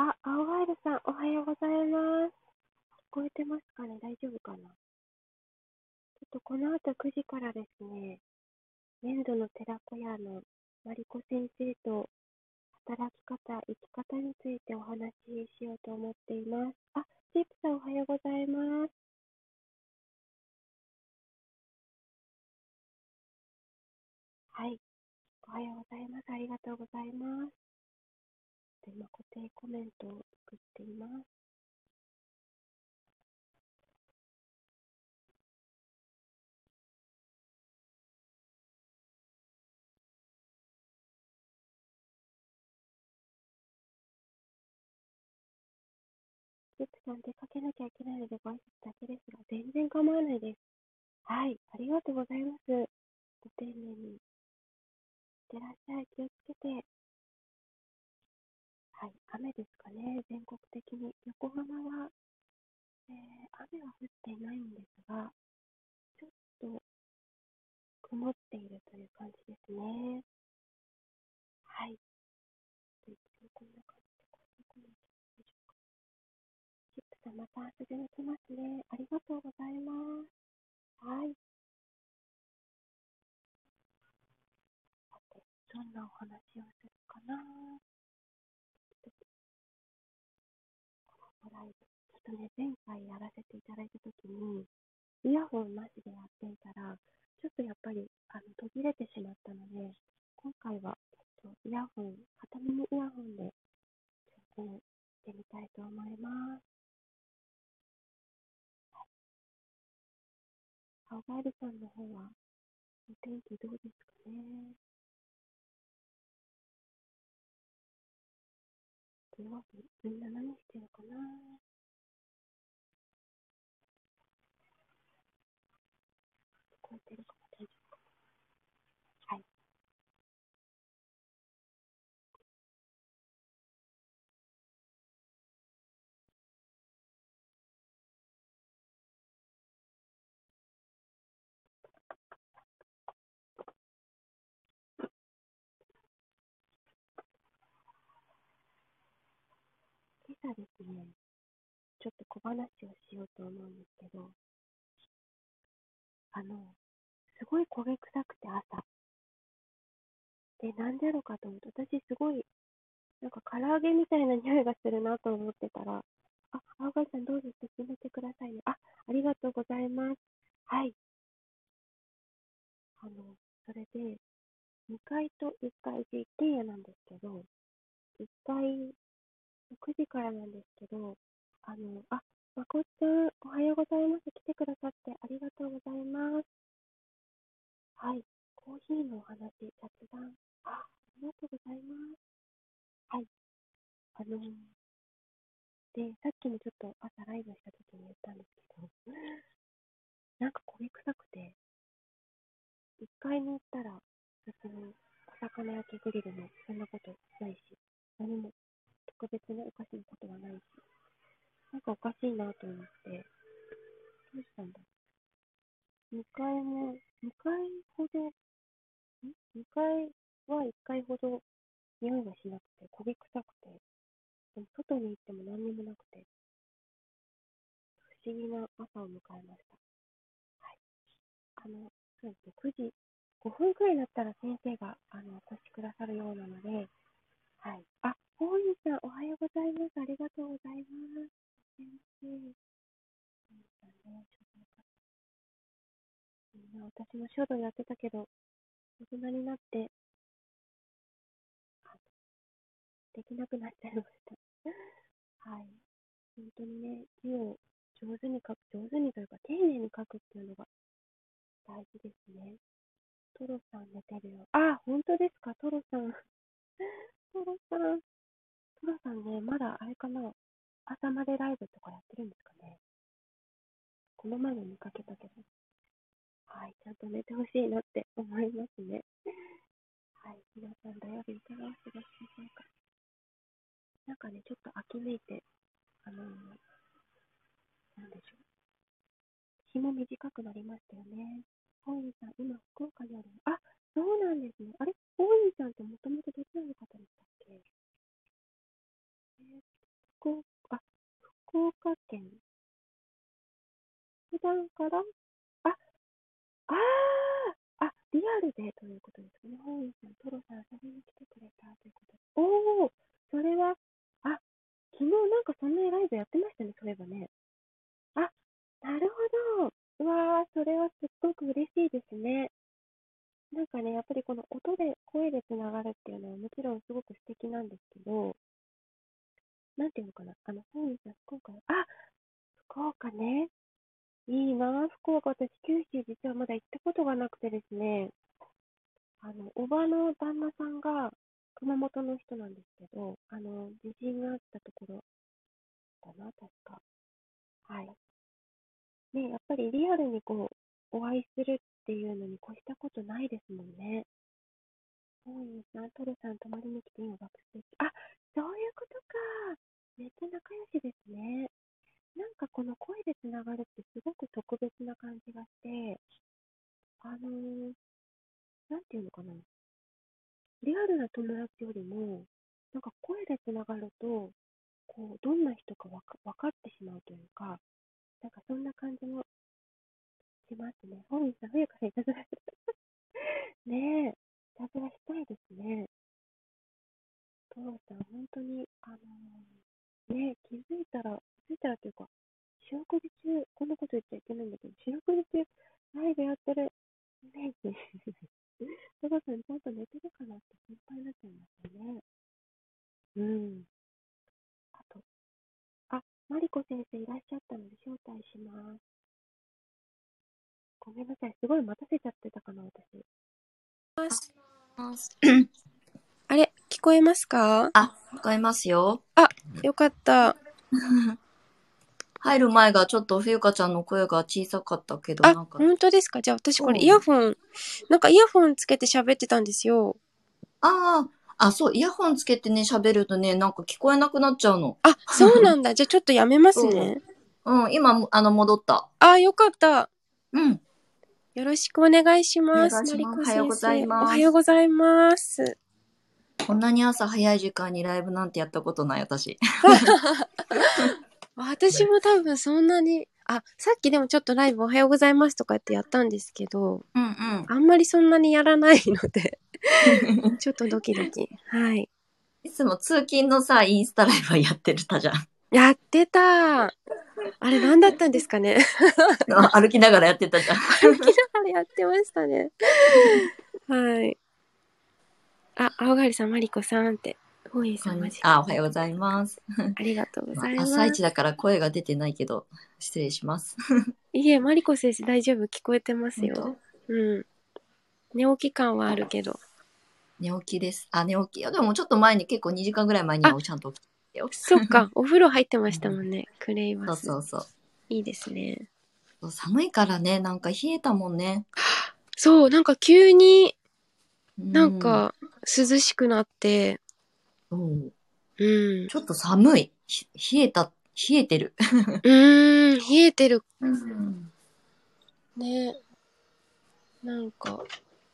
あ、青ガエルさん、おはようございます。聞こえてますかね？大丈夫かな？ちょっとこの後9時からですね、粘土の寺子屋のマリコ先生と働き方、生き方についてお話ししようと思っています。あ、チープさん、おはようございます。はい、おはようございます。ありがとうございます。で、今、固定コメントを作っています。チープさん、出かけなきゃいけないのでご挨拶だけですが、全然構わないです。はい、ありがとうございます。ご丁寧に。いってらっしゃい。気をつけて。はい、雨ですかね、全国的に。横浜は、雨は降っていないんですが、ちょっと曇っているという感じですね。はい。いつもこんな感じで、こんな感じでしょうか。チップさん、また遊びに来ますね。ありがとうございます。はい。さて、どんなお話をするかな。ライブ。ちょっとね、前回やらせていただいたときに、イヤホンなしでやっていたら、ちょっとやっぱり途切れてしまったので、今回は、イヤホン、片耳イヤホンで挑戦してみたいと思います。青ガエルさんの方は、お天気どうですかね？土曜日、みんな何してるかな？聞こえてるかも。大丈夫かな？はい。今朝ですね、ちょっと小話をしようと思うんですけど、すごい焦げ臭くて朝。で、なんでやろうかと思うと、私すごいなんか唐揚げみたいな匂いがするなと思ってたら、あ、青貝さんどうぞ進めてくださいね。あ、ありがとうございます。はい。あの、それで、2階と1階で一軒家なんですけど、1階9時からなんですけど、まこっちゃん、おはようございます。来てくださってありがとうございます。はい。コーヒーのお話、雑談。ありがとうございます。はい。あの、で、さっきもちょっと朝ライブした時に言ったんですけど、なんか焦げ臭くて、1階に行ったら、別にお魚焼きグリルもそんなことないし、何も特別なおかしなことはないし、なんかおかしいなと思って、どうしたんだろう。2階も、2階ほど、2階は1階ほど匂いがしなくて、焦げ臭くて、でも外に行っても何にもなくて、不思議な朝を迎えました。はい。そうですね、9時5分くらいになったら先生がお越しくださるようなので、はい。あ、大井さん、おはようございます。ありがとうございます。先生、大井さんね、書道家みんな私も書道やってたけど、大人になってあできなくなっちゃいました。はい。本当にね、字を上手に書く、上手にというか、丁寧に書くっていうのが大事ですね。トロさん寝てるよ。あ、本当ですか、トロさん。トロさん。トロさんね、まだあれかな、朝までライブとかやってるんですかね。この前も見かけたけど。はい、ちゃんと寝てほしいなって思いますね。はい、皆さん土曜日いかがお過ごしでしょうか。なんかね、ちょっと秋めいて、なんでしょう。日も短くなりましたよね。大井さん、今、福岡にある。あ、そうなんですね。あれ、大井さんってもともとどちらの方でしたっけ？ 福岡県。普段から、あ、あリアルでということですね。本院さん、トロさん遊びに来てくれたということで。おー、それは、昨日なんかそんなライブやってましたね、そういえばね。あ、なるほど。うわー、それはすっごく嬉しいですね。なんかね、やっぱりこの声でつながるっていうのはもちろんすごく素敵なんですけど、なんていうのかな。本院さん、福岡ね。いいなぁ、福岡。私、九州実はまだ行ったことがなくてですね、おばの旦那さんが熊本の人なんですけど、地震があったところだな、確か。はい。ね、やっぱりリアルにお会いするっていうのに越したことないですもんね。本院さん、トルさん、泊まりに来て今学生。そういうことか。めっちゃ仲良しですね。なんかこの声でつながるってすごく特別な感じがして、あのーなんていうのかな。リアルな友達よりも、なんか声でつながると、どんな人かわかってしまうというか、なんかそんな感じもしますね。本人さん、冬からいたずらねえ、いたずらしたいですね。父さん、本当に、ねえ、気づいたらというか、四六時中、こんなこと言っちゃいけないんだけど、四六時中、ライブやってるイメージ。トロさん、ちゃんと寝てるかなって心配になっちゃいますよね。うん。あと、マリコ先生いらっしゃったので招待します。ごめんなさい。すごい待たせちゃってたかな、私。あれ、聞こえますか？ 聞こえますよ。 よかった。 入る前がちょっと冬香ちゃんの声が小さかったけど、なんか、 本当ですか？じゃあ私これイそう。 ヤホンつけて喋ってたんですよ。 そう、イヤホンつけてね、喋るとね、なんか聞こえなくなっちゃうの。 そうなんだ。じゃあちょっとやめますそね。 う。今、戻った。 よかった。 うん。 よろしくお願いしおます。 願いします。 マリコおはようござい先生。おはます。 ようございます。 こんなに朝早い時間にライブなんてやったことない、私。 私も多分そんなに、さっきでもちょっとライブおはようございますとかってやったんですけど、 うんあんまりそんなにやらないので、 うん。 ちょっとドキドキ。はい。 いつも通勤のさ、インスタライブはやってるたじゃん。 やってた。あれ何だったんですかね。 歩きながらやってたじゃん。 歩きながらやってましたね。はい。青狩さん、マリコさんって。ホイさん、マジ。 おはようございます。 ありがとうござい朝ます。 一だから声が出てないけど、失礼します。 いえ、マリコ先生大丈夫、聞こえてますよ。 本当？ うん。寝起き感はあるけど。 寝起きです。寝起き。でもちょっと前に結構2時間ぐらい前にはちゃんと起きたよ。 そっか。お風呂入ってましたもんね。クレイバそうス。 そうそう。 いいですね。 寒いからね、なんか冷えたもんね。 そう、なんか急にうなんん。 か涼しくなって、 そう。 うん。 ちょっと寒い。冷えてる。 冷えてるうん。 ね。なんか、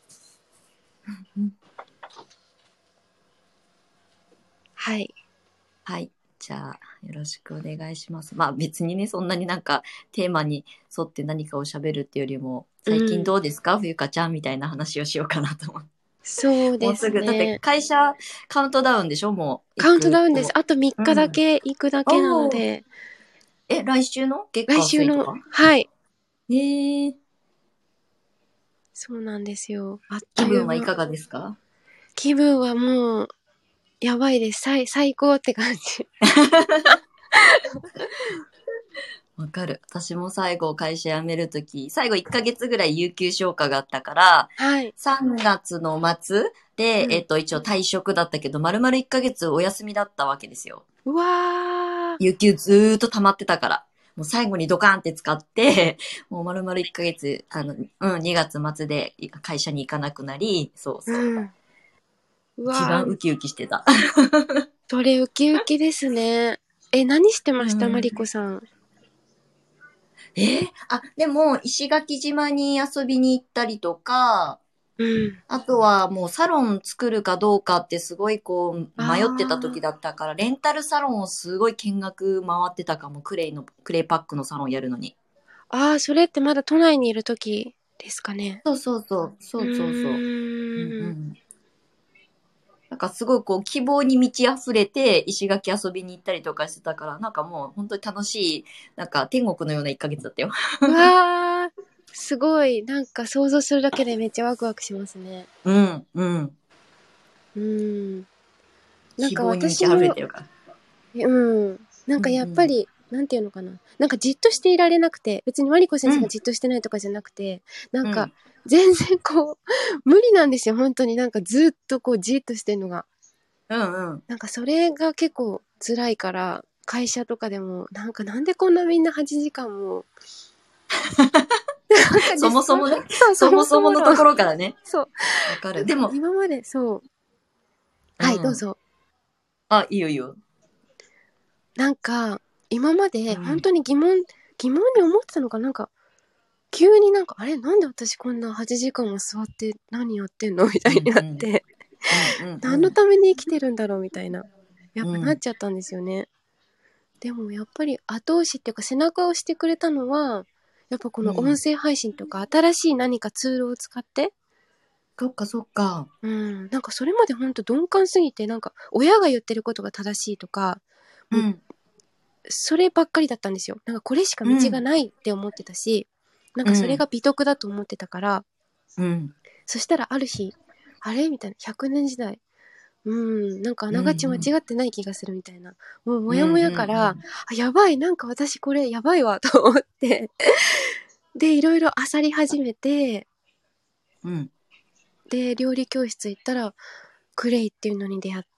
はい。 はい。じゃあ、よろしくお願いします。別にね、そんなになんかテーマに沿って何かを喋るっていうよりも、 う最近ん。 どうですか冬香ちゃんみたいな話をしようかなと思って。 そうでもうすぐ、だってすね。 会社カウントダウンでしょもう行カウントダウンです。 くと。 あと3日だうん。 け行くだけなのおー。 で、 来週の月来週の、 火水とか？ はい。 ええ。 そうなんですよ。あっと気いう間。 分はいかがですか？ 気分はもう、やばいです。最高って感じ。 わかる。私も最後会社辞めるとき、最後1ヶ月ぐらい有給消化があったから、 はい。 3月の末で、 うん。 一応退職だったけど、丸々1ヶ月お休みだったわけですよ。 うわー。 有給ずーっと溜まってたから。もう最後にドカーンって使って、もう丸々1ヶ月、2月末で会社に行かなくなり、そうそう。 うん。う一わー。 番ウキウキしてた。 それウキウキですね。何してましたマうん。 リコさん？ でも、石垣島に遊びに行ったりとか、 うん。 あとはもうサロン作るかどうかってすごいこう迷ってた時あだったから、レンタルサロンをすごい見学回ってたかも。クレイパックのサロンやるのに。 あ、ああ、それってまだ都内にいる時ですかね。 そうそうそう、 うそうそうそう。うんうーん。 ん。なんかすごいこう希望に満ち溢れて石垣遊びに行ったりとかしてたから、なんかもう本当に楽しい、なんか天国のような1ヶ月だったよ。 うわあ、すごい。なんか想像するだけでめっちゃワクワクしますね。 うん、うん。 うーん。なんか希望に満ち溢れ私も、 てるから。 うん。なんかうんうん。 やっぱり、なんていうのかな。なんかじっとしていられなくて、別にマリコ先生がうん、 じっとしてないとかじゃなくて、なんかうん、 全然こう、無理なんですよ。本当になんかずっとこうじっとしてるのが。 うん、うん。 なんかそれが結構辛いから、会社とかでも、なんかなんでこんなみんな8時間も、なんかでそもそもね、 そう、そそももそも論。 そものところからね。 そう。 わかる。 なんかでも、 今まで、そう。はい、どううん。 ぞ。 あ、いいよいいよ。 なんか、今までうん。 本当に疑問に思ってたのかなんか、急になんか、あれなんで私こんな8時間も座って何やってんのみたいにうん、うん。 なって、 うん、うん、 何のうん。 ために生きてるんだろうみたいな。やっぱなっうん。 ちゃったんですよね。でもやっぱり後押しっていうか背中を押してくれたのは、やっぱこの音うん。 声配信とか新しい何かツールを使って、 そっかそっか。 うん、なんかそれまでほんと鈍感すぎて、なんか親が言ってることが正しいとか、もううん。 そればっかりだったんですよ。なんかこれしか道がうん。 ないって思ってたし、なんかそれうん。 が美徳だと思ってたから、 うん。 そしたらある日、あれみたいな、100年時代。なんかあうん。 ながち間違うん。 ってない気がするみたいな。もうモうん。 ヤモヤうから、 ん。 あ、やばい、なんか私これやばいわ、と思って。で、いろいろ漁り始めて、 うん。 で、料理教室行ったら、クレイっていうのに出会って、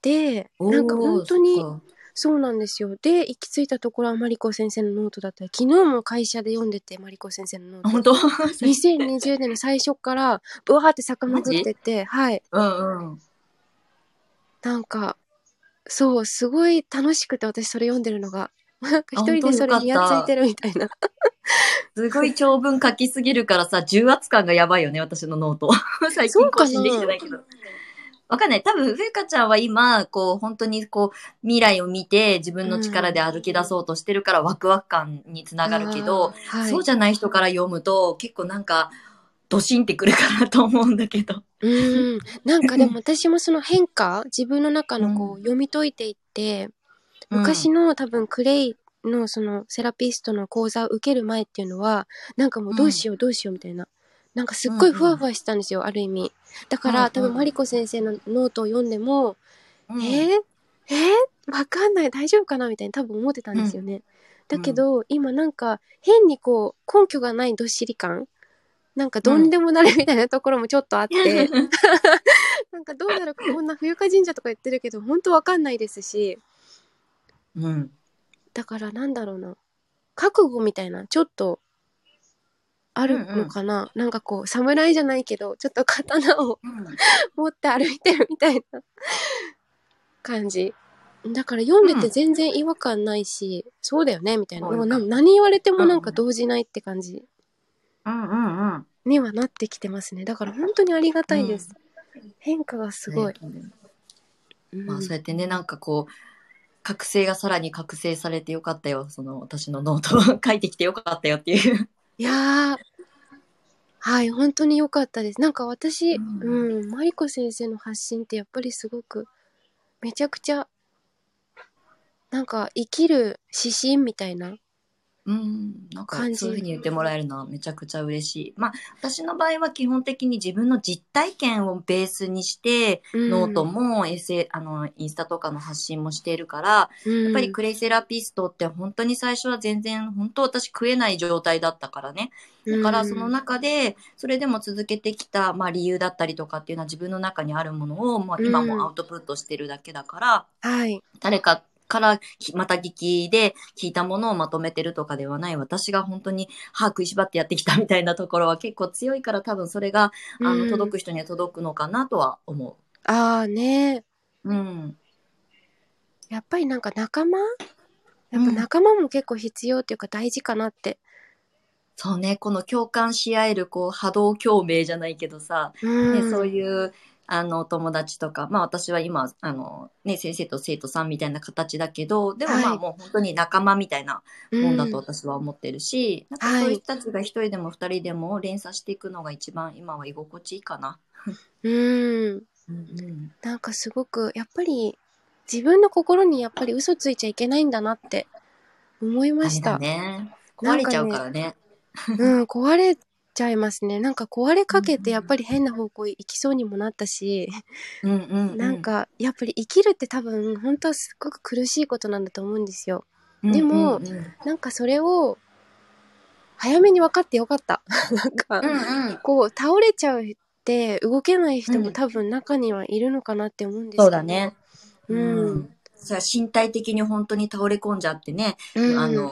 なんかおー、 本当に、 そっか。 そうなんですよ。で、行き着いたところはマリコ先生のノートだったり、昨日も会社で読んでて、マリコ先生のノーあ、本ト。 当 2020年の最初から、ブワーってマジ遡ってって、はい。 うんうん。 なんか、そう、すごい楽しくて、私それ読んでるのが。なんかあ、 一本人でそれ当よかった。 にやっついてるみたいな。 すごい長文書きすぎるからさ、重圧感がやばいよね、私のノート。最そうか近更新できてな。 ないけど。わかんない。多分、ふうかちゃんは今、こう、本当にこう、未来を見て自分うの力でん。 歩き出そうとしてるからワクワク感につながるけど、 ああ、はい。 そうじゃない人から読むと結構なんか、ドシンってくるかなと思うんだけど。 なんかでも私もその変化、自分の中のこううん。 読み解いていって、 うん。 昔の多分クレイのそのセラピストの講座を受ける前っていうのは、なんかもううん。 どうしようどうしようみたいな。なんかすっうん。 ごいふわふうん。 わしてたんですよ、ある意味。だかうん。 ら多分マリコ先生のノートを読んでも、 うん。 えー、わかんない、大丈夫かなみたいに多分思ってたんうん。 ですよね。だうん。 けど、今なんか変にこう根拠がないどっしり感、なんかどんうん。 でもなれみたいなところもちょっとあって、なんかどうなるかこんな冬香神社とか言ってるけど、本当わかんないですし、 うん。 だからなんだろうな、覚悟みたいな、ちょっとあるうん。うん。 のかな、なんかこう、侍じゃないけど、ちょっと刀をうん。 持って歩いてるみたいな感じ。だから読んでてうん。 全然違和感ないし、そうだよねみたいな。 そうよかった。 何言われてもなんかうんうん。 動じないって感じうんうんうん。 にはなってきてますね。だから本当にありがたいです。 うん。 変化がすごい。 まあ、 うん。 そうやってね、なんかこう、覚醒がさらに覚醒されてよかったよ。その、私のノートを書いてきてよかったよっていう。 いやー、はい、本当に良かったです。なんか私、 うん。 マリコ先生の発信ってやっぱりすごく、めちゃくちゃ、なんか生きる指針みたいなうん、なんか感じ。 そういうふうに言ってもらえるのはめちゃくちゃ嬉しい。まあ私の場合は基本的に自分の実体験をベースにしてうノートん、 もインスタとかの発信もしているから、 うやっぱりん、 クレイセラピストって本当に最初は全然本当私食えない状態だったからね。 うだからそのん、 中でそれでも続けてきた、まあ、理由だったりとかっていうのは自分の中にあるものを、まあ、 う今もアん、 ウトプットしてるだけだから、 はい、 誰かからまた聞きで聞いたものをまとめてるとかではない私が本当に歯食いしばってやってきたみたいなところは結構強いから多分それがうん。 届く人には届くのかなとは思ああね、 う。うん。 やっぱりなんか仲間やっぱうん。 仲間も結構必要っていうか大事かなってそうね、この共感し合える、こう、波動共鳴じゃないけどさ、ね、そううん。 いう、友達とか、まあ私は今、ね、先生と生徒さんみたいな形だけど、でもまはい。 あもう本当に仲間みたいなうもんだとん。 私は思ってるし、なんかそういうはい。 人たちが一人でも二人でも連鎖していくのが一番今は居心地いいかな。 うん。 うんうん。 なんかすごく、やっぱり、自分の心にやっぱり嘘ついちゃいけないんだなって思いまダメだした。 ね。壊れちゃうかなんかね、 らね。 壊れちゃいますね。なんか壊れうんかけてやっぱり変な方向行きそうにもなったし、 うんうんうん。 なんかやっぱり生きるって多分本当はすっごく苦しいことなんだと思うんですよ。 うんうんでも、 うん。 なんかそれを早めに分かってよかった。なんか、 うんうん。 こう倒れちゃうって動けない人もうん。 多分中にはいるのかなって思うんですけど、 そうだね。 ううん、 ん。さ、身体的に本当に倒れ込んじゃってね、 うん、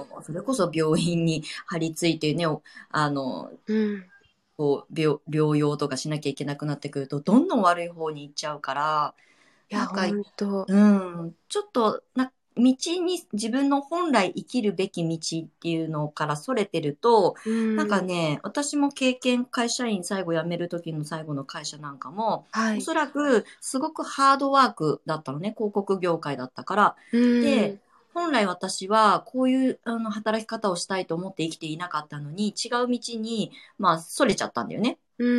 それこそ病院に張り付いてね、あの、 うん。 こう、療養とかしなきゃいけなくなってくると、どんどん悪い方に行っちゃうから、 いや、 なんか、 ほんと、 ちょっと、道に自分の本来生きるべき道っていうのからそれてると、 うなんかん、 ね、私も会社員最後辞める時の最後の会社なんかも、 はい、 おそらくすごくハードワークだったのね、広告業界だったから。 うで、 ん、 本来私はこういう働き方をしたいと思って生きていなかったのに、違う道に、まあ、それちゃったんだよね。 うん、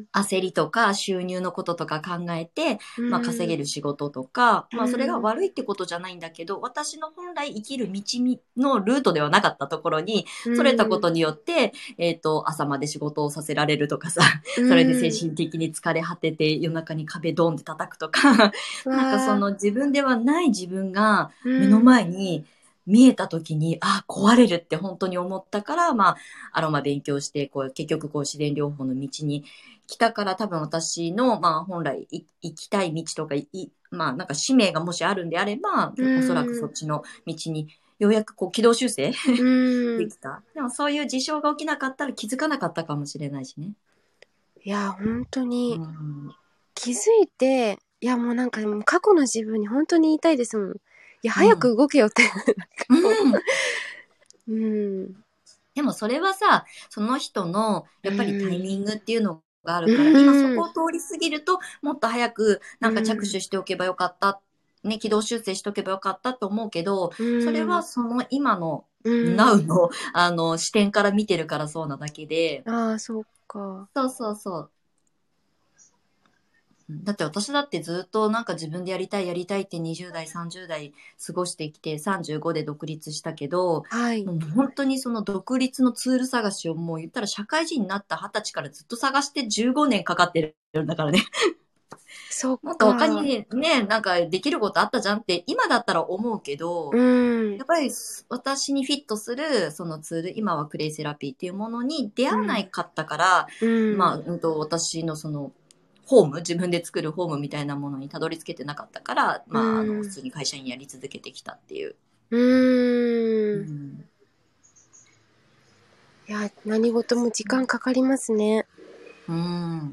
焦りとか収入のこととか考えて、 うまあ稼げん、 る仕事とか、 うまあそれがん、 悪いってことじゃないんだけど、私の本来生きるのルートではなかったところに、 うそれたことん、 によって、朝まで仕事をさせられるとかさ、 うそれで精ん、 神的に疲れ果てて夜中に壁ドンって叩くとか、なんかそわあ、 の自分ではない自分がう目のん、 前に見えた時に、あ、壊れるって本当に思ったから、まあ、アロマ勉強して、こう、結局こう自然療法の道に来たから多分私の、まあ本来行きたい道とか、まあなんか使命がもしあるんであれば、 うおそらくそん、 っちの道にようやくこう軌道修正うでん。 きた。でもそういう事象が起きなかったら気づかなかったかもしれないしね。 いや、本当うにん。 気づいて、いやもうなんかもう過去の自分に本当に言いたいですもん。いや、早うん。 く動けよって。なんかこうん。 う、うん、 でもそれはさ、その人のうやっぱりタイん、 ミングっていうのがあるから、今そうん、 こを通り過ぎると、もっと早くなんか着うん、 手しておけばよかった。ね、軌道修正しとけばよかったと思うけど、 うそれはん、 その今の、 うん。 ナウの、視点から見てるからそうなだけで、 ああ、そっか。 そうそうそう。だって私だってずっとなんか自分でやりたいって20代、30代過ごしてきて35で独立したけど、 はい。 もう本当にその独立のツール探しをもう言ったら社会人になった20歳からずっと探して15年かかってるんだからね。 そっもっと他か。 にね、なんかできることあったじゃんって今だったら思うけうど、 ん、 やっぱり私にフィットするそのツール、今はクレイセラピーっていうものに出会わないうん、 かったから、 うん、 まあ、私のその自分で作るホームみたいなものにたどり着けてなかったから、 うまあ、普ん、 通に会社員やり続けてきたっていう。 ううーん。 ん。 いや、何事も時間かかりますね。 うん。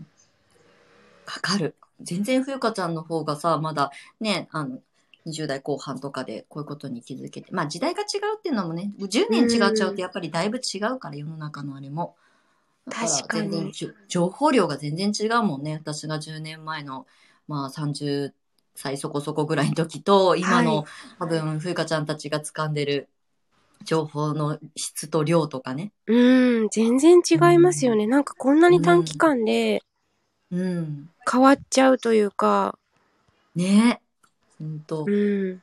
かかる。全然冬香ちゃんの方がさ、まだね、20代後半とかでこういうことに気づけて。まあ時代が違うっていうのもね、10 う年違っちゃうとん、 やっぱりだいぶ違うから世の中のあれも。だか確ら全然かに。 情報量が全然違うもんね。私が10年前の、まあ30歳そこそこぐらいの時と、今のはい。 多分冬香ちゃんたちが掴んでる情報の質と量とかね。 うん、全然違ういますよん。 ね。なんかこんなに短期うん。 間でうん。 変わっちゃうというか、 ね。ほんうと。 ん。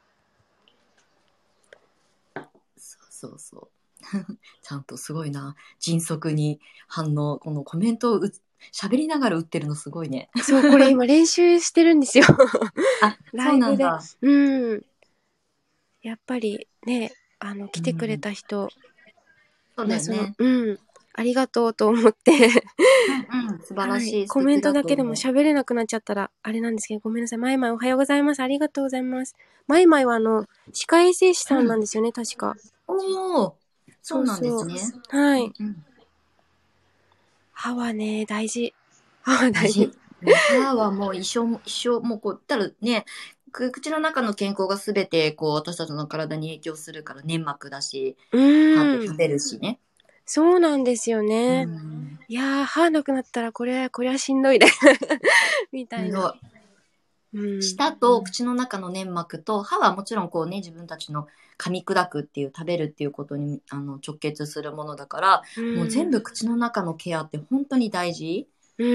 そうそうそう。ちゃんとすごいな。迅速に反応、このコメントを喋りながら打ってるのすごいね。 そう、これ今練習してるんですよ。 あ、そうライブで。 なんだ。 うん。やっぱりね、来てくれうん。 た人、 そうだまあよね。 ありがとうと思ってうんうん。素晴らはい。 しい。素コメン敵だトだけでもと思う。 喋れなくなっちゃったら、あれなんですけど、ごめんなさい。マイマイおはようございます。ありがとうございます。マイマイは歯科衛生士さんうん。 なんですよね、確か。 おー。そうなんでそうそう。 すね。 はい。 うんうん。 歯はね、大事。歯は大事。 大事。もう歯はもう一生、もうこう、たらね、口の中の健康がすべて、こう、私たちの体に影響するから粘膜だし、 う歯ってーん。 食べるしね。 そうなんですようね。 ん。 いやー、歯なくなったらこれはしんどいで。みたいな。 舌と口の中の粘膜と歯はもちろんこうね、自分たちの噛み砕くっていう食べるっていうことに直結するものだから、もう全部口の中のケアって本当に大事。うん。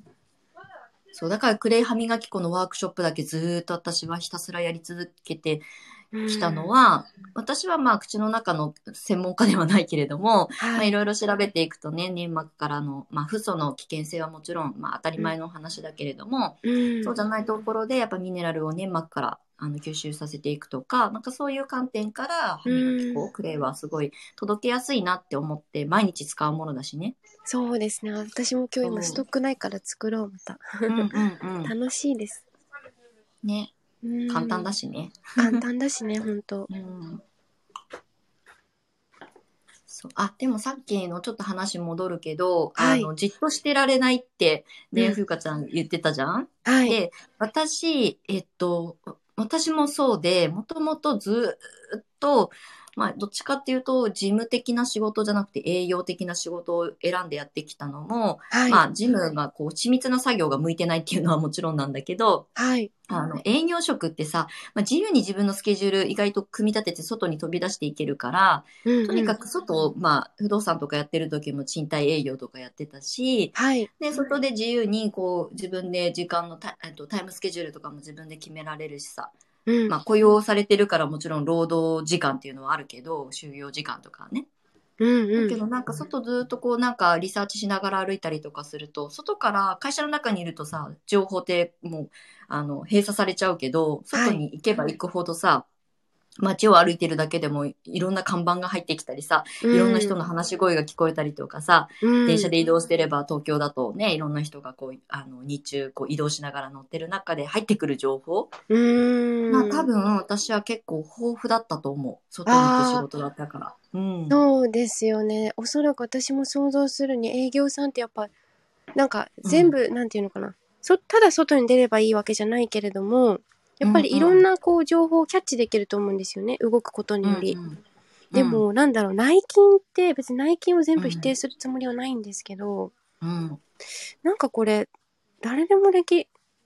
そう、だからクレイ歯磨き粉のワークショップだけずーっと私はひたすらやり続けてきたのは、私はまあ口の中の専門家ではないけれども、まあいろいろ調べていくとね、粘膜からの、まあフッ素の危険性はもちろん、まあ当たり前の話だけれども、そうじゃないところでやっぱミネラルを粘膜から吸収させていくとか、なんかそういう観点から歯磨き粉、クレイはすごい届けやすいなって思って毎日使うものだしね。 そうですね。私も今日今ストックないから作ろう、また。楽しいです。 ね。簡単だしね。 簡単だしね、ほんと。 そう。あ、でもさっきのちょっと話戻るけど、 はい、 じっとしてられないってね、ふうかちゃん言ってたじゃん。 はい。 で、私もそうで、もともとずっと、まあ、どっちかっていうと、事務的な仕事じゃなくて営業的な仕事を選んでやってきたのも、 はい、 まあ、事務がこう、緻密な作業が向いてないっていうのはもちろんなんだけど、 はい。 営業職ってさ、まあ、自由に自分のスケジュール意外と組み立てて外に飛び出していけるから、とにかく外、まあ、不動産とかやってる時も賃貸営業とかやってたし、 はい。 で、外で自由にこう、自分で時間のタイムスケジュールとかも自分で決められるしさ、まあ、雇用されてるからもちろん労働時間っていうのはあるけど、就業時間とかね。だけどなんか外ずっとこうなんかリサーチしながら歩いたりとかすると、外から会社の中にいるとさ、情報ってもう、閉鎖されちゃうけど、外に行けば行くほどさ、街を歩いてるだけでもいろんな看板が入ってきたりさ、いろんな人の話し声が聞こえたりとかさ、電車で移動してれば東京だとね、いろんな人がこう、日中こう移動しながら乗ってる中で入ってくる情報。まあ多分私は結構豊富だったと思う。外に行く仕事だったから。 そうですよね。おそらく私も想像するに営業さんってやっぱ、なんか全部、なんていうのかな。ただ外に出ればいいわけじゃないけれども、やっぱりいろんなこう情報をキャッチできると思うんですよね。動くことにより。でも、なんだろう、内勤って別に内勤を全部否定するつもりはないんですけど、なんかこれ、誰でもでき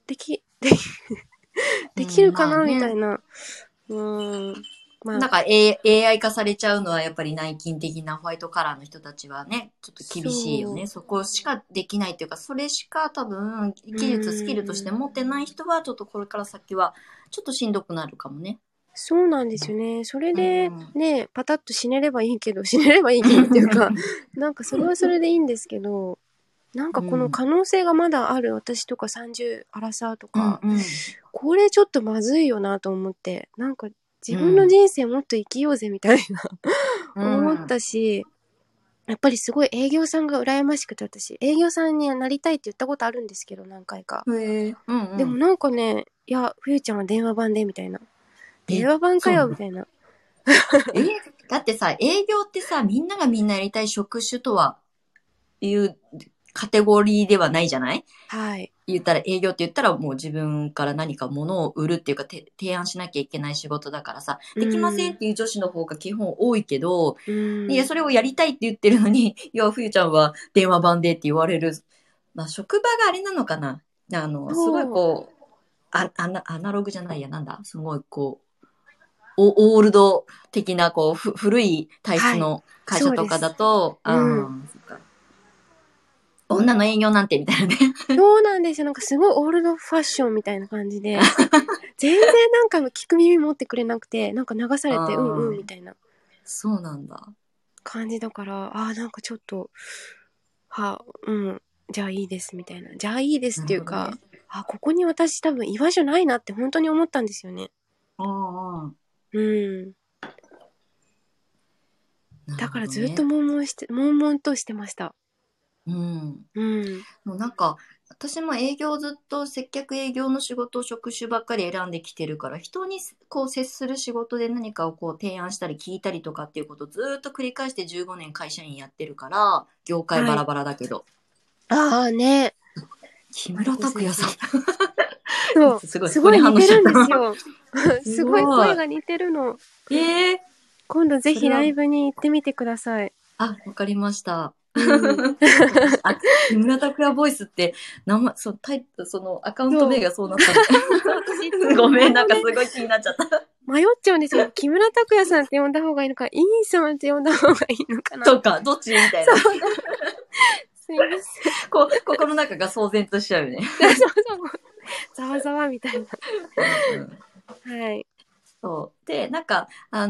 るかな、みたいな。 まあ、なんか、AI 化されちゃうのはやっぱり内勤的なホワイトカラーの人たちはね、ちょっと厳しいよね。そこしかできないっていうか、それしか多分、技術、スキルとして持ってない人は、ちょっとこれから先は、ちょっとしんどくなるかもね。 そうなんですよね。それで、ね、パタッと死ねればいいけどっていうか、なんかそれはそれでいいんですけど、なんかこの可能性がまだある私とか30アラサーとか、これちょっとまずいよなと思って、なんか自分の人生もっと生きようぜみたいな、思ったし、やっぱりすごい営業さんが羨ましくて、私、営業さんになりたいって言ったことあるんですけど、何回か。でもなんかね、いや、冬ちゃんは電話番で、みたいな。電話番かよ、みたいな。 だってさ、営業ってさ、みんながみんなやりたい職種とは、いうカテゴリーではないじゃない？ はい。 言ったら営業って言ったらもう自分から何か物を売るっていうか提案しなきゃいけない仕事だからさ、できませんっていう女子の方が基本多いけど、いや、それをやりたいって言ってるのに、いや、冬ちゃんは電話番でって言われる。まあ、職場があれなのかな。すごいこう、アナログじゃないや、なんだ、すごいこう、オールド的な、こう、古い体質の会社とかだと、そっか。女の営業なんてみたいなね。 そうなんですよ。なんかすごいオールドファッションみたいな感じで、全然なんか聞く耳持ってくれなくて、なんか流されて、みたいな。 そうなんだ。 感じだから、なんかちょっと、じゃあいいですみたいな。じゃあいいですっていうか、ここに私多分居場所ないなって本当に思ったんですよね。だからずっと悶々としてました。 もうなんか、私も営業ずっと接客営業の仕事を職種ばっかり選んできてるから、人にこう接する仕事で何かをこう提案したり聞いたりとかっていうことをずっと繰り返して15年会社員やってるから、業界バラバラだけど。 ね。 木村拓哉さん。 そう。すごい似てるんですよ。すごい声が似てるの。 今度ぜひそれはライブに行ってみてください。 あ、わかりました。 うん。 あ、木村拓哉ボイスって、そう、そのアカウントそう。 名がそうなったの。 そう、私いつもごめん、 名前なんかすごい気になっちゃった。 迷っちゃうんですよ。木村拓哉さんって呼んだ方がいいのか、インさんって呼んだ方がいいのかな。 とか、どっちみたいな。 すいません。 心の中が騒然としちゃうよね。 そうそう。ざわざわみたいな。 うんうん。 はい。 そう。で、なんか、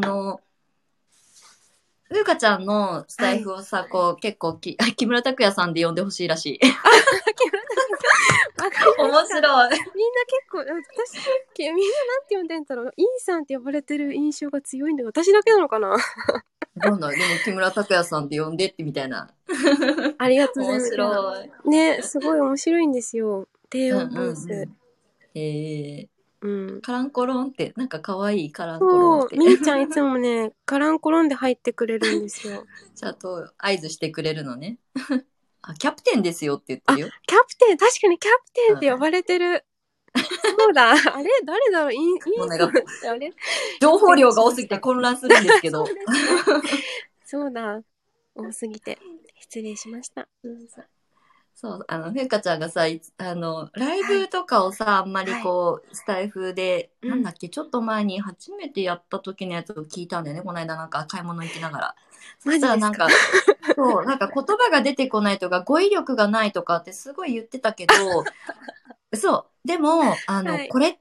ふうかちゃんのスタイフをさ、結構木村拓哉さんで呼んでほしいらしい。 木村拓哉。わかりました。 面白い。 みんな結構、みんななんて呼んでんだろう。インさんって呼ばれてる印象が強いんだけど、私だけなのかな。 どんな、でも木村拓哉さんって呼んでってみたいな。 ありがとうござい面ます。 白い。 ね、すごい面白いんですよ。低うん音ボイス。 うんうん。 うん。 カランコロンって、なんか可愛いカランコロンっそう、 て。 みーちゃんいつもね、カランコロンで入ってくれるんですよ。 ちゃんと合図してくれるのね。あ、キャプテンですよって言ってあ、 るよ。 キャプテン、確かにキャプテンってうん、 呼ばれてる。そうだ。あれ誰だろうインさんっもうなんか、 てあれ情報失礼量が多すぎてしました。 混乱するんですけそうど。 ですね。そうだ。多すぎて。失礼しました。 そう、ふうかちゃんがさ、ライはい。 ブとかをさ、あんまりはい。 スタイフで、 うん。 なんだっけ、ちょっと前に初めてやった時のやつを聞いたんだよね、この間なんか買い物行きながら。そしたマジですか？ らなんか、そう、なんか言葉が出てこないとか、語彙力がないとかってすごい言ってたけど、そう。でも、 はい。 これって、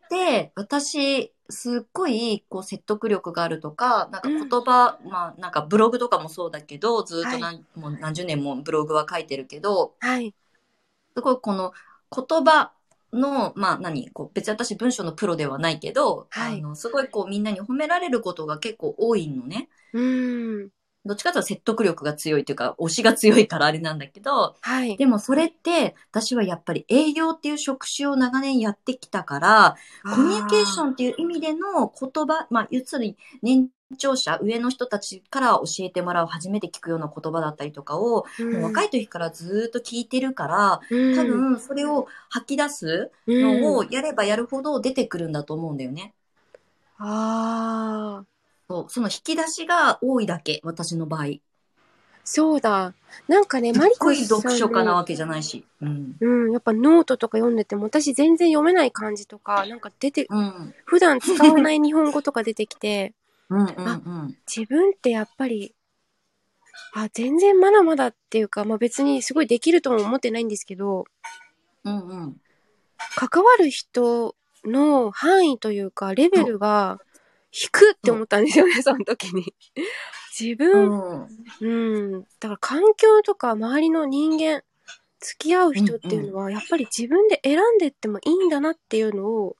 私、すっごい、説得力があるとか、なんかうん。 言葉、まあ、なんかブログとかもそうだけど、ずっとはい。 もう何十年もブログは書いてるけど、 はい。 すごいこの言葉の、まあ別に私文章のプロではないけど、 はい。 すごいみんなに褒められることが結構多いのね。 うーん。 どっちかというと説得力が強いというか、推しが強いからあれなんだけど、 はい。 でもそれって、私はやっぱり営業っていう職種を長年やってきたから、コミュニケーショあンっていう意味での言葉、まあ、要するに年長者、上の人たちから教えてもらう、初めて聞くような言葉だったりとかを、 ー。 もううん。 若い時からずっと聞いてるから、多うん。 分それを吐き出すうん。 のをやればやるほど出てくるんだと思うんだよね。 ああ。 そう、その引き出しが多いだけ、私の場合。 そうだ。なんかね、 すっマリコごい読さんね、 書家なわけじゃないし。うん。 うん、やっぱノートとか読んでても、私全然読めない漢字とか、なんかうん。 普段使わない日本語とか出てきて、 うんうんあ、 うん。 自分ってやっぱり、全然まだまだっていうか、まあ別にすごいできるとも思ってないんですけど、 うんうん。 関わる人の範囲というか、レベそう。 ルが低ってそ思ったんですよね、その時に。自う。う分、 ん。 だから環境とか周りの人間、付き合う人っうんうん。 ていうのは、やっぱり自分で選んでってもいいんだなっていうのを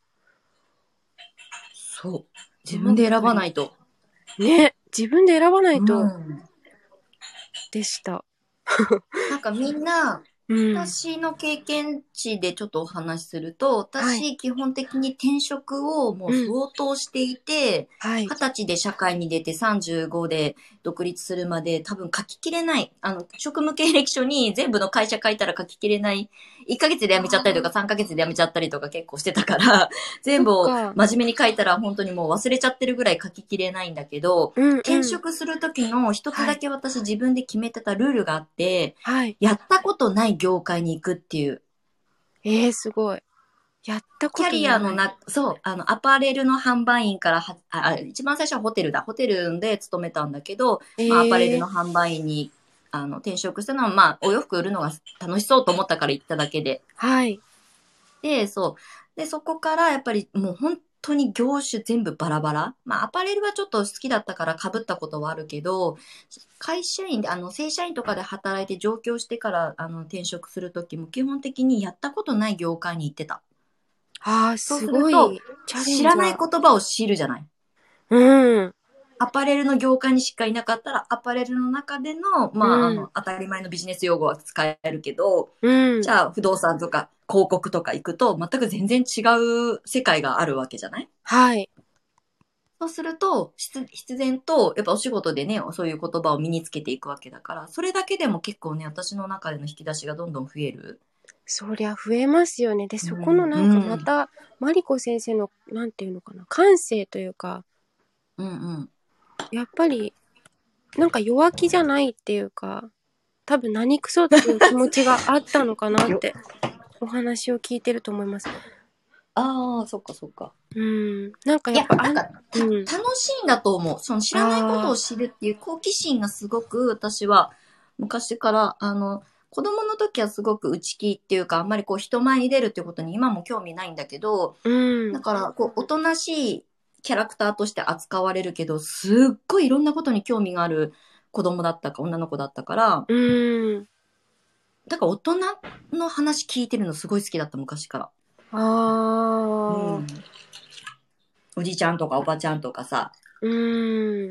そう。自分思っで選たり。 ばないと。 ね、自分で選ばなういとん。 でした。 なんかみんな、 うん。 私の経験値でちょっとお話しすると、 はい。 私基本的に転職をもううん。 相当していて、 はい。 20歳で社会に出て35で独立するまで多分書ききれない、職務経歴書に全部の会社書いたら書ききれない、1ヶ月で辞めちゃったりとかああ、 3ヶ月で辞めちゃったりとか結構してたから、全そっ部をか。 真面目に書いたら本当にもう忘れちゃってるぐらい書ききれないんだけど、 うん転うん。 職する時の一つはい。 だけ私自分で決めてたルールがあって、 はい。 やったことない業界に行くっていう。 すごい。やったこキャとのない。 リアのそう、アパレルの販売員から一番最初はホテルだ。ホテルで勤めたんだけど、まあ、アパレルええの販売員に、転職したのは、まあ、お洋服売るのが楽しそうと思ったから行っただけで。 はい。 で、そう。で、そこからやっぱりもう本当に業種全部バラバラ。まあ、アパレルはちょっと好きだったから被ったことはあるけど、会社員で、正社員とかで働いて上京してから、転職するときも基本的にやったことない業界に行ってた。そうすすると、 ごいチャレ知らないンジャー。 言葉を知るじゃない。 うん。 アパレルの業界にしかいなかったら、アパレルの中での、 うまあ、 ん。 当たり前のビジネス用語は使えるけど、 うん。 じゃあ、不動産とか広告とか行くと、全く全然違う世界があるわけじゃない。 はい。 そうすると、必然と、やっぱお仕事でね、そういう言葉を身につけていくわけだから、それだけでも結構ね、私の中での引き出しがどんどん増える。 そりゃ増えますよね。で、そこのうん、 なんかまうん、 た、マリコ先生の、なんていうのかな、感性というか、 うん、うん。 やっぱり、なんか弱気じゃないっていうか、多分何クソっていう気持ちがあったのかなって、お話を聞いてると思います。 ああ、そっかそっか。 なんかいや、 やっぱ、 なんか、 うん。 楽しいんだと思う。その知らないことをあ知るっていう好奇心がすごく私は昔から、子供の時はすごく内気っていうか、あんまりこう人前に出るっていうことに今も興味ないんだけど、 うん。 だから、こう、おとなしいキャラクターとして扱われるけど、すっごいいろんなことに興味がある子供だったか、女の子だったから、 うん。 だから大人の話聞いてるのすごい好きだった、昔から。 ああ。 うん。おじいちゃんとかおばちゃんとかさ、 うん。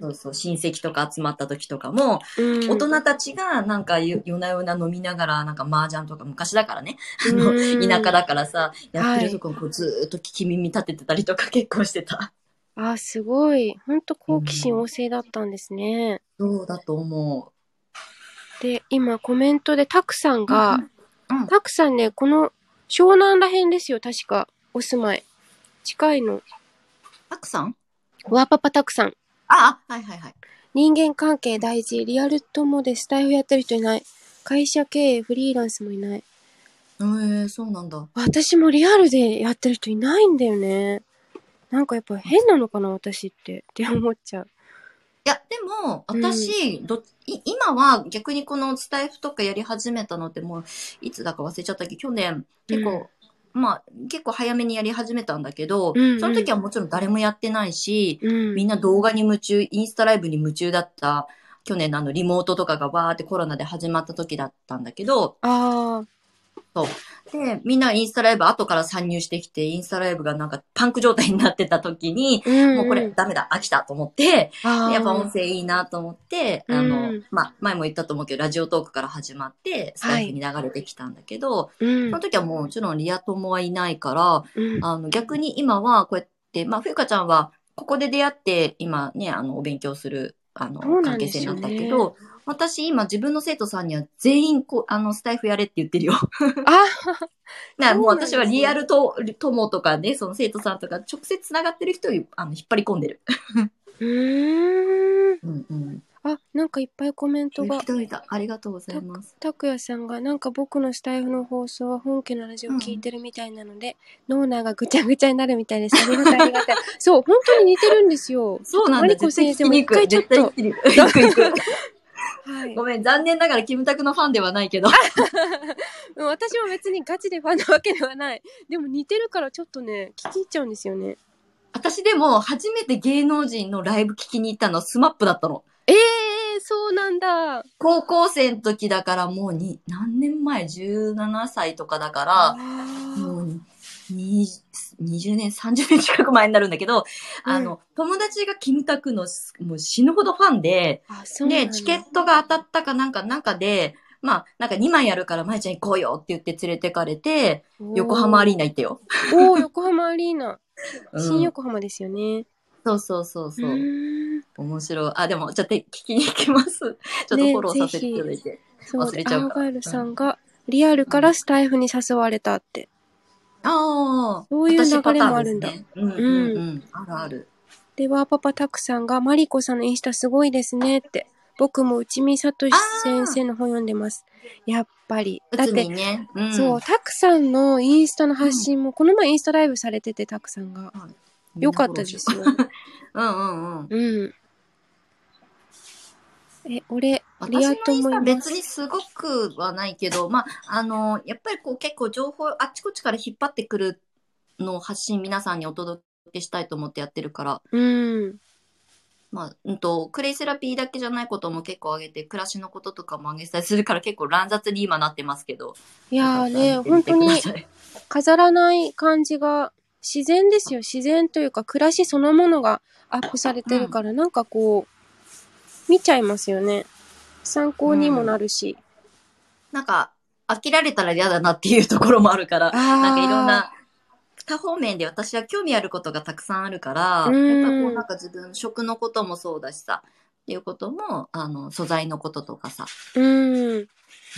そうそう、親戚とか集まった時とかも、 うん。 大人たちがなんか夜な夜な飲みながら、なんか麻雀とか昔だからね、 う田舎ん。 だからさ、やってはい。 るとここうずーっと聞き耳立ててたりとか結構してた。 あ、すごい。ほんとう好奇心旺ん。 盛だったんですね。 そうだと思で、今コメントでタクさんう。うんうが、 ん。うん。 タクさんね、この湘南ら辺ですよ、確か。お住まい。近いの。 たくさん。 ワーパパタクさん。 はいはいはい。 人間関係大事。リアル友でスタイフやってる人いない。会社経営、フリーランスもいない。 そうなんだ。 私もリアルでやってる人いないんだよね。なんかやっぱ変なのかな、私って思っちゃう。 いや、でも、 うん。 私、今は逆にこのスタイフとかやり始めたのってもう、いつだか忘れちゃったけど、去年、 うん。 結構早めにやり始めたんだけど、 うんうん。 その時はもちろん誰もやってないし、 うん。 みんな動画に夢中、インスタライブに夢中だった、去年のリモートとかがバーってコロナで始まった時だったんだけど、 ああ。 そう。で、みんなインスタライブ後から参入してきて、インスタライブがなんかパンク状態になってた時に、 うもうこんうん。 れダメだ、飽きたと思って、で、やっぱ音ああ。 声いいなと思って、 うん。 前も言ったと思うけど、ラジオトークから始まって、スタはい。 イフに流れてきたんだけど、 うん。 その時はもちろんリア友はいないから、 うん。 逆に今はこうやって、冬香ちゃんはここで出会って、今ね、お勉強する、 そうなんですよ関係性になったけね。 ど、私今自分の生徒さんには全員スタイフやれって言ってるよ。 あ、 もうそうなん私はリアですね。 ルと友とかね、その生徒さんとか直接つながってる人を引っ張り込んでる。 うーん。 うんうん。 あ、なんかいっぱいコメントが。 届いた。ありがとうございます。 たくやさんが、なんか僕のスタイフの放送は本家のラジオを聞いうん。 てるみたいなので、脳内がぐちゃぐちゃになるみたいです。ありがたい、ありがたい。そう、本当に似てるんですよ。ちょっとマリそうなんだ。絶対コ先生も一聞きに行く。絶対聞回ちょっと、 きに行く。行く行く。 はい。 ごめん、残念ながらキムタクのファンではないけど。 私も別にガチでファンなわけではない。でも似てるからちょっとね、聞き入っちゃうんですよね。 私でも初めて芸能人のライブ聞きに行ったのはスマップだったの。 ええー、そうなんだ。 高校生の時だからもう何年前？ 17 歳とかだかあら、 あ。 もう20年、30年近く前になるんだけど、 うん。 友達がキムタクのもう死ぬほどファンで、 あ、そうで、 なんだ。 チケットが当たったかなんかで、なんか2枚あるから、まえちゃん行こうよって言って連れてかれて、横浜アリーおー。 ナ行ってよ。 おー、横浜アリーナ。新うん。 横浜ですよね。 そうそうそううそう。 ーん。 面白い。あ、でも、ちょっと聞きに行きます。ちょっとフォね、 ローさせていたぜひ。 だいて。 そうで、 忘れちゃうから。 アーガールうん。 さんが、リアルうん。 からスタイフに誘われたって。 ああ、 そういう流れ私パターンもあるんだ。 ですね。うんうんうん。 うん。あるある。 で、ワーパパタクさんが、マリコさんのインスタすごいですねって。僕も内見聡あ先生の本読んでます。やっぱり。 あ、うつだって、 みね。うそう、 ん。 タクさんのインスタのうん。 発信も、この前インスタライブされてて、タクさんが。 はい。みんよかっなフォローしよたですよ。 う。うんうんうん。 うん。俺、リア私のインスと思いタ別にます。 すごくはないけど、やっぱりこう結構情報あっちこっちから引っ張ってくるのを発信皆さんにお届けしたいと思ってやってるから、 うん。 クレイセラピーだけじゃないことも結構上げて、暮らしのこととかも上げたりするから結構乱雑に今なってますけど、 いよかやーね、 ったら見てみ本当にてください。 飾らない感じが自然ですよ。自然というか、暮らしそのものがアップされうん。 てるから、なんかこう、見ちゃいますよね。参考にもなうん。 るし。 なんか、飽きられたら嫌だなっていうところもあるから、なんかいろんあな、多方面で私は興味あることがたくさんあるかー、うら、やっぱりこうーん、 なんか自分、食のこともそうだしさ、っていうことも、素材のこととかさ、 うーん、 うん。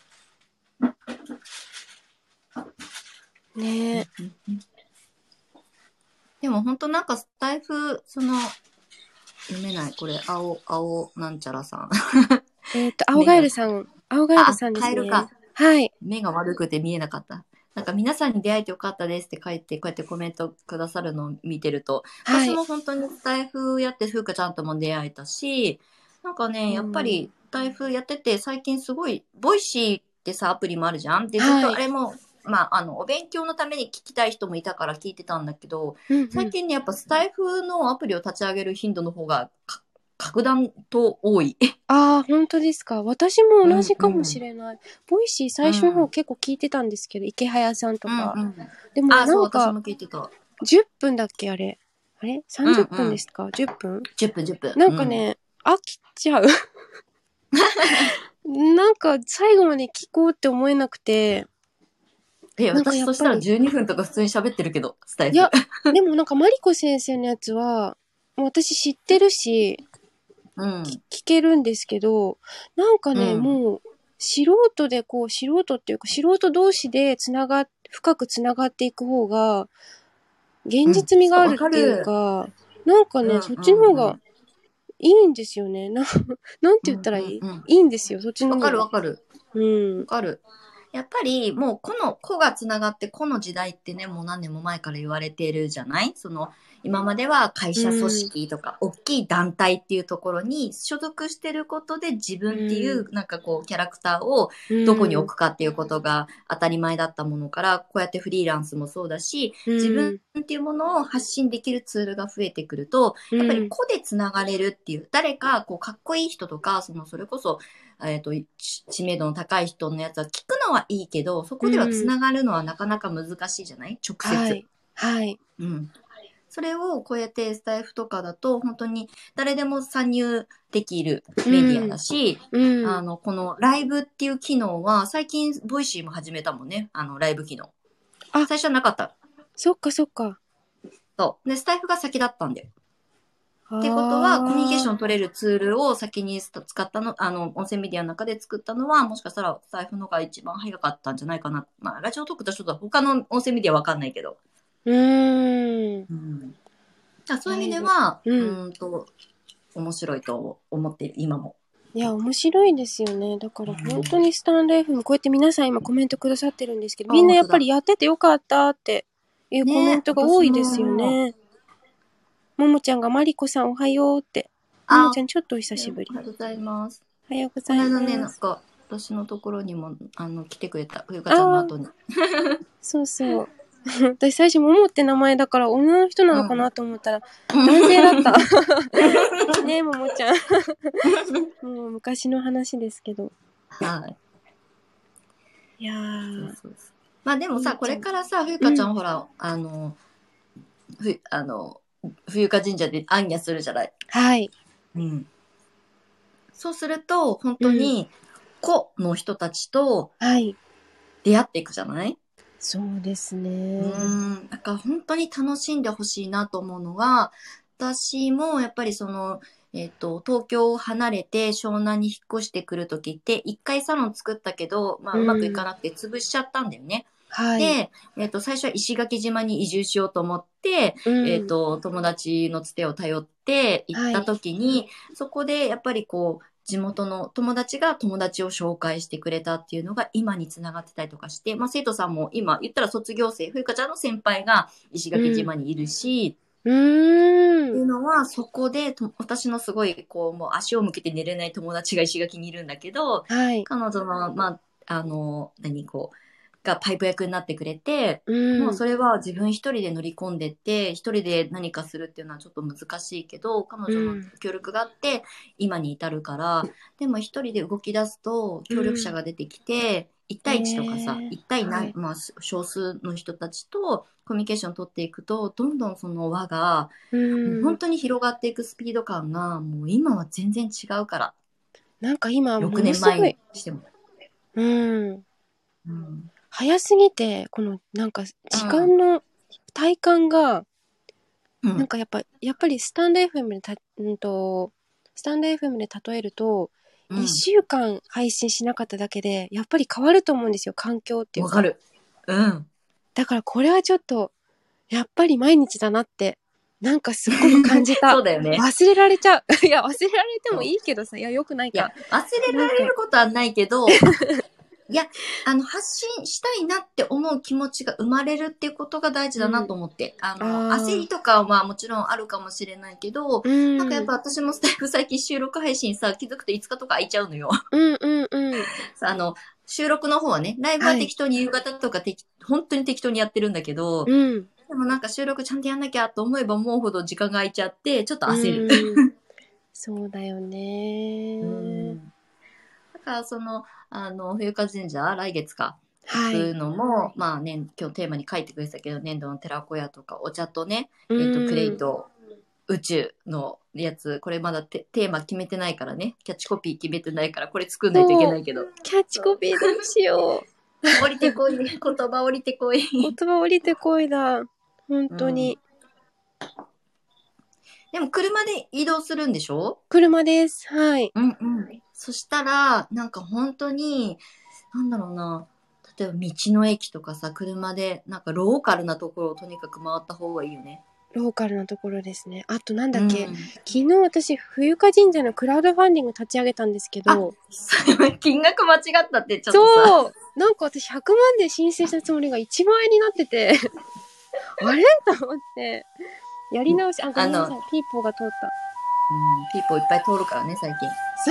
ねえ。 でも本当なんかスタイフ、 読めない。これ、青なんちゃらさん。 青ガエルさん。青ガエルさんですね。 カエルか。 はい。 目が悪くて見えなかった。なんか皆さんに出会えてよかったですって書いて、こうやってコメントくださるのを見てると、 はい。 私も本当にスタイフやってふうかちゃんとも出会えたし、なんかね、やっぱりスタイフやってて最近すごい、ボイシーってさ、アプリもあるじゃん。で、ずっはい。 とあれも、お勉強のために聞きたい人もいたから聞いてたんだけど、 うんうん。 最近ね、やっぱスタイフのアプリを立ち上げる頻度の方が格段と多い。 ああ、本当ですか。私もうん同じかもしうん。 れない。ボイシー最初の方うん。 結構聞いてたんですけど、池早さんとか。 うんうん。 でもあ、そう、 なんか、 私も聞いてた。 10分だっけあれ。あれうん ?30 うん。 分ですか？ 10 分 10分、10分。うん。 なんかね、飽きちゃう。なんか最後まで聞こうって思えなくて、なんか私そしたらやっぱり、 12分とか普通に喋ってるけど、スタイフ。 いや、でもなんかマリコ先生のやつは、もう私知ってるし、 うん。 聞けるんですけど、なんかね、 うん。 もう、素人でこう、素人っていうか、素人同士で深くつながっていく方が、現うん。 実味がそう、わあるっていうかる。 か、なんかね、 うんそっちの方がうんうん。 いいんですよね。なんてうん言ったらいいうんうん。 いいんですよ、そっちのわかる方が。 わかる。 うん。 わかる。やっぱりもう個がつながって個の時代ってね、もう何年も前から言われてるじゃない？今までは会う社組ん。 織とか大きい団体っていうところに所属してることで自う分っていん。 うなんかこうキャラクターをうどこに置ん。 くかっていうことが当たり前だったものから、こうやってフリーランスもそうだし、 う自分ん。 っていうものを発信できるツールが増えてくると、やっぱりうん。 個でつながれるっていう、誰かこうかっこいい人とか、それこそ知名度の高い人のやつは聞くのはいいけど、そこではつうん。 ながるのはなかなか難しいじゃない？直接。 はい。はい。 うん。それをこうやってスタイフとかだと、本当に誰でも参入できるうメディアん。 だし、 うん。 このライブっていう機能は、最近、ボイシーも始めたもんね。ライブ機能。 あ、 最初はなかった。 そっかそっか。 そう。で、スタイフが先だったんだよ。ってことは、コミュニケーショああ。 ン取れるツールを先に使ったの、音声メディアの中で作ったのは、もしかしたら財布のが一番早かったんじゃないかな。まあ、ラジオトークとちょっと他の音声メディアわかんないけど。 うーん。 うん。だからそういう意味ライブ。 では、 うん。 面白いと思っている、今も。 いや、面白いですよね。だから本当にスタンド FM、こうやって皆さん今コメントくださってるんですけど、 あ、 みんなやっぱり本当だ。 やっててよかったっていうコメンね、 トが多私いですよも、 ね。ももちゃんがマリコさんおはようって。ももちゃんちょっとお久しぶり。 おはようございます。 おはようございこの間ね、 ます。 なんか、私のところにも、来てくれた。ふゆかあちゃんのあ、 後に。 そうそう。私最初ももって名前だから女の人なうん。 のかなと思ったら男性だった。ねえ、ももちゃん。もう昔の話ですけど。 はい。 いやー、 そうそうそう。まあでもさ、こももちゃん。 れからさ、ふゆうん。 かちゃんほら、ふ、あの、冬香神社で行脚するじゃない。 はい。 うん。そうすると、本うん。 当に、個の人たちとはい。 出会っていくじゃない？ そうですうね。 ん。だから本当に楽しんでほしいなと思うのは、私もやっぱり東京を離れて湘南に引っ越してくるときって、一回サロン作ったけど、まあううまくいかん。 なくて潰しちゃったんだよね。 はい。 で、最初は石垣島に移住しようと思って、 うん。 友達のつてを頼って行ったはい。 時に、そこでやっぱりこう、地元の友達が友達を紹介してくれたっていうのが今につながってたりとかして、まあ生徒さんも今言ったら卒業生、ふゆかちゃんの先輩が石うん。 垣島にいるし、 うーん。 っていうのは、そこで私のすごい、こう、もう足を向けて寝れない友達が石垣にいるんだけど、 はい。 彼女の、がパイプ役になってくれて、 うん。 もうそれは自分一人で乗り込んでって、一人で何かするっていうのはちょっと難しいけど、彼女のうん。 協力があって、今に至るから、でも一人で動き出すと、協力者うん。 が出てきて、1対1とかさ、 ええ 1対何、 はい。 まあ、少数の人たちとコミュニケーションを取っていくと、どんどんその輪が、 うん。 もう本当に広がっていくスピード感が、もう今は全然違うから、 なんか今、も 6 のすごい。 年前にしても。 うん。 うん。 早すぎて、この、なんか、時うん。 間の体感が、 うん。 なんかやっぱりスタンド FM でスタンド FM で例えると、 うん 1週間配信しなかっただけで、やっぱり変わると思うんですよ、環境っていうか。 わかる。うん。 だからこれはちょっと、やっぱり毎日だなって、 なんかすっごく感じた。 そうだよね。 忘れられちゃう。いや、忘れられてもいいけどさ、いや、よくないいやか。、 忘れられることはないけど、いや、発信したいなって思う気持ちが生まれるっていうことが大事だなと思って。焦りとかはもちろんあるかもしれないけど、なんかやっぱ私もスタイフ最近収録配信さ、気づくと5日とか空いちゃうのよ。収録の方はね、ライブは適当に夕方とか本当に適当にやってるんだけど、でもなんか収録ちゃんとやんなきゃと思えば思うほど時間が空いちゃって、ちょっと焦る。 そうだよね。 だから冬香神社、来月か、行くのも、まあね、今日テーマに書いてくれてたけど、粘土の寺子屋とか、お茶とね、クレイと宇宙のやつ、これまだテーマ決めてないからね、キャッチコピー決めてないから、これ作んないといけないけど。 キャッチコピーどうしよう。降りてこい、言葉降りてこい。 言葉降りてこいだ。本当に。 でも車で移動するんでしょ？ 車です。はい。 そしたら、なんか本当に、なんだろうな、例えば道の駅とかさ、車で、なんかローカルなところをとにかく回った方がいいよね。 ローカルなところですね。あとなんだっけ、昨日私、冬香神社のクラウドファンディング立ち上げたんですけど。 金額間違ったってちょっとさ。 そうなんか私100万で申請したつもりが1万円になってて。あれと思って。やり直し、ごめんなさい。ピーポーが通った。 ピーポーいっぱい通るからね、最近。 そう。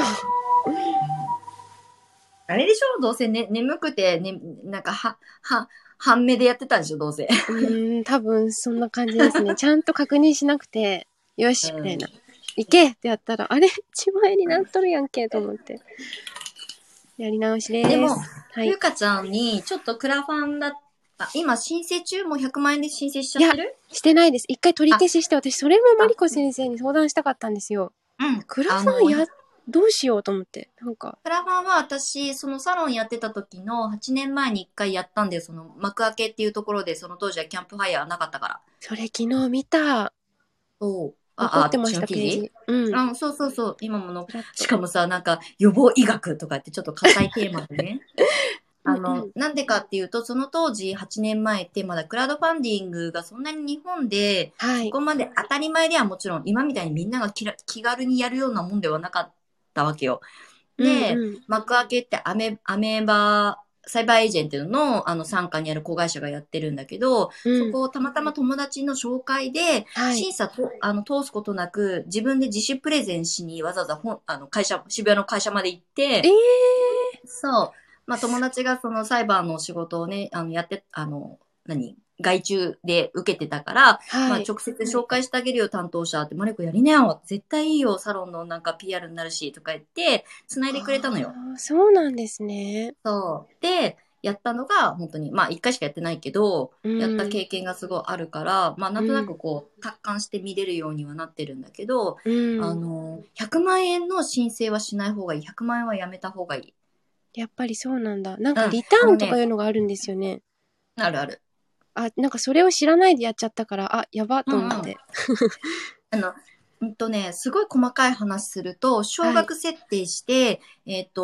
あれでしょどうせね、眠くて、ね、なんか半目でやってたんでしょどうせ。 多分そんな感じですね。ちゃんと確認しなくて、よし、みたいな。行けってやったら、あれ ?1 万円になっとるやんけ、と思って。やり直しです。 でも、ゆかちゃんに、ちょっとクラファンだった、今申請中もう100万円で申請しちゃってる？ いや、してないです。一回取り消しして、私それもマリコ先生に相談したかったんですよ。クラファンどうしようと思って。なんか。 クラファンは私、そのサロンやってた時の8年前に1回やったんだよ。その幕開けっていうところで、その当時はキャンプファイヤーなかったから。 それ昨日見た。 そう。 残ってました、ページ。 そう。今もの。しかもさ、なんか予防医学とかってちょっと硬いテーマでね。なんでかっていうと、その当時8年前ってまだクラウドファンディングがそんなに日本で、そこまで当たり前ではもちろん今みたいにみんなが気軽にやるようなもんではなかったわけよ。で、幕開けってアメーバサイバーエージェントの傘下にある子会社がやってるんだけど、そこをたまたま友達の紹介で、審査と、通すことなく、自分で自主プレゼンしにわざわざ渋谷の会社まで行って、そう。まあ、友達がそのサイバーの仕事をね、やって、外注で受けてたから、まあ、直接紹介してあげるよ、担当者って、マリコやりなよ、絶対いいよ、サロンのなんか PR になるし、とか言って、繋いでくれたのよ。 そうなんですね。 そう。で、やったのが、本当に、まあ、一回しかやってないけど、やった経験がすごいあるから、まあ、なんとなくこう、達観して見れるようにはなってるんだけど、100万円の申請はしない方がいい。100万円はやめた方がいい。 やっぱりそうなんだ。なんかリターンとかいうのがあるんですよね。 あるある。 なんかそれを知らないでやっちゃったから、やばと思って。 すごい細かい話すると、少額設定して、例え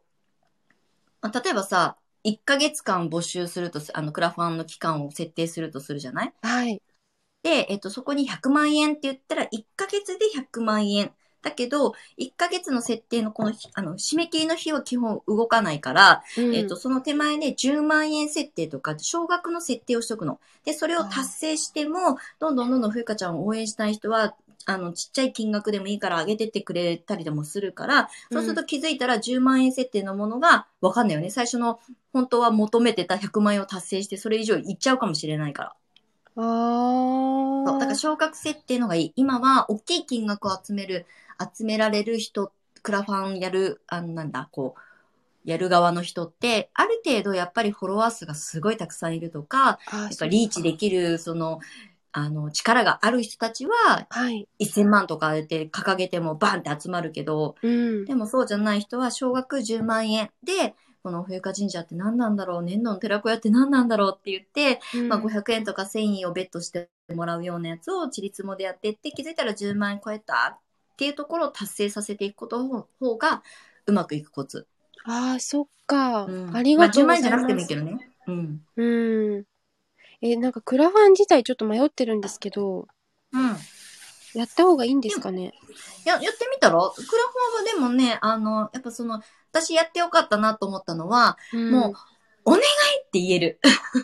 ばさ、1ヶ月間募集すると、クラファンの期間を設定するとするじゃない？ はい。 で、そこに100万円って言ったら、1ヶ月で100万円。だけど、1ヶ月の設定のこの、締め切りの日は基本動かないから、その手前で10万円設定とか、少額の設定をしとくの。で、それを達成しても、どんどん冬香ちゃんを応援したい人は、ちっちゃい金額でもいいから上げてってくれたりでもするから、そうすると気づいたら10万円設定のものがわかんないよね。最初の、本当は求めてた100万円を達成して、それ以上いっちゃうかもしれないから。そう。だから少額設定のがいい。今は大きい金額を集められる人、クラファンやる、やる側の人って、ある程度やっぱりフォロワー数がすごいたくさんいるとか、やっぱリーチできる、力がある人たちは、1000万とかで掲げてもバンって集まるけど、でもそうじゃない人は少額10万円で、この冬香神社って何なんだろう、年度の寺子屋って何なんだろうって言って、まあ500円とか1000円をベットしてもらうようなやつをちりつもでやっていって、気づいたら10万円超えたっていうところを達成させていくことの方がうまくいくコツ。 そっか。ありがとうございます。 まあ10万円じゃなくてもいいけどね。 なんかクラファン自体ちょっと迷ってるんですけど。 やった方がいいんですかね。 やってみたらクラファンはでもね、やっぱ私やってよかったなと思ったのは、もう、お願いって言える。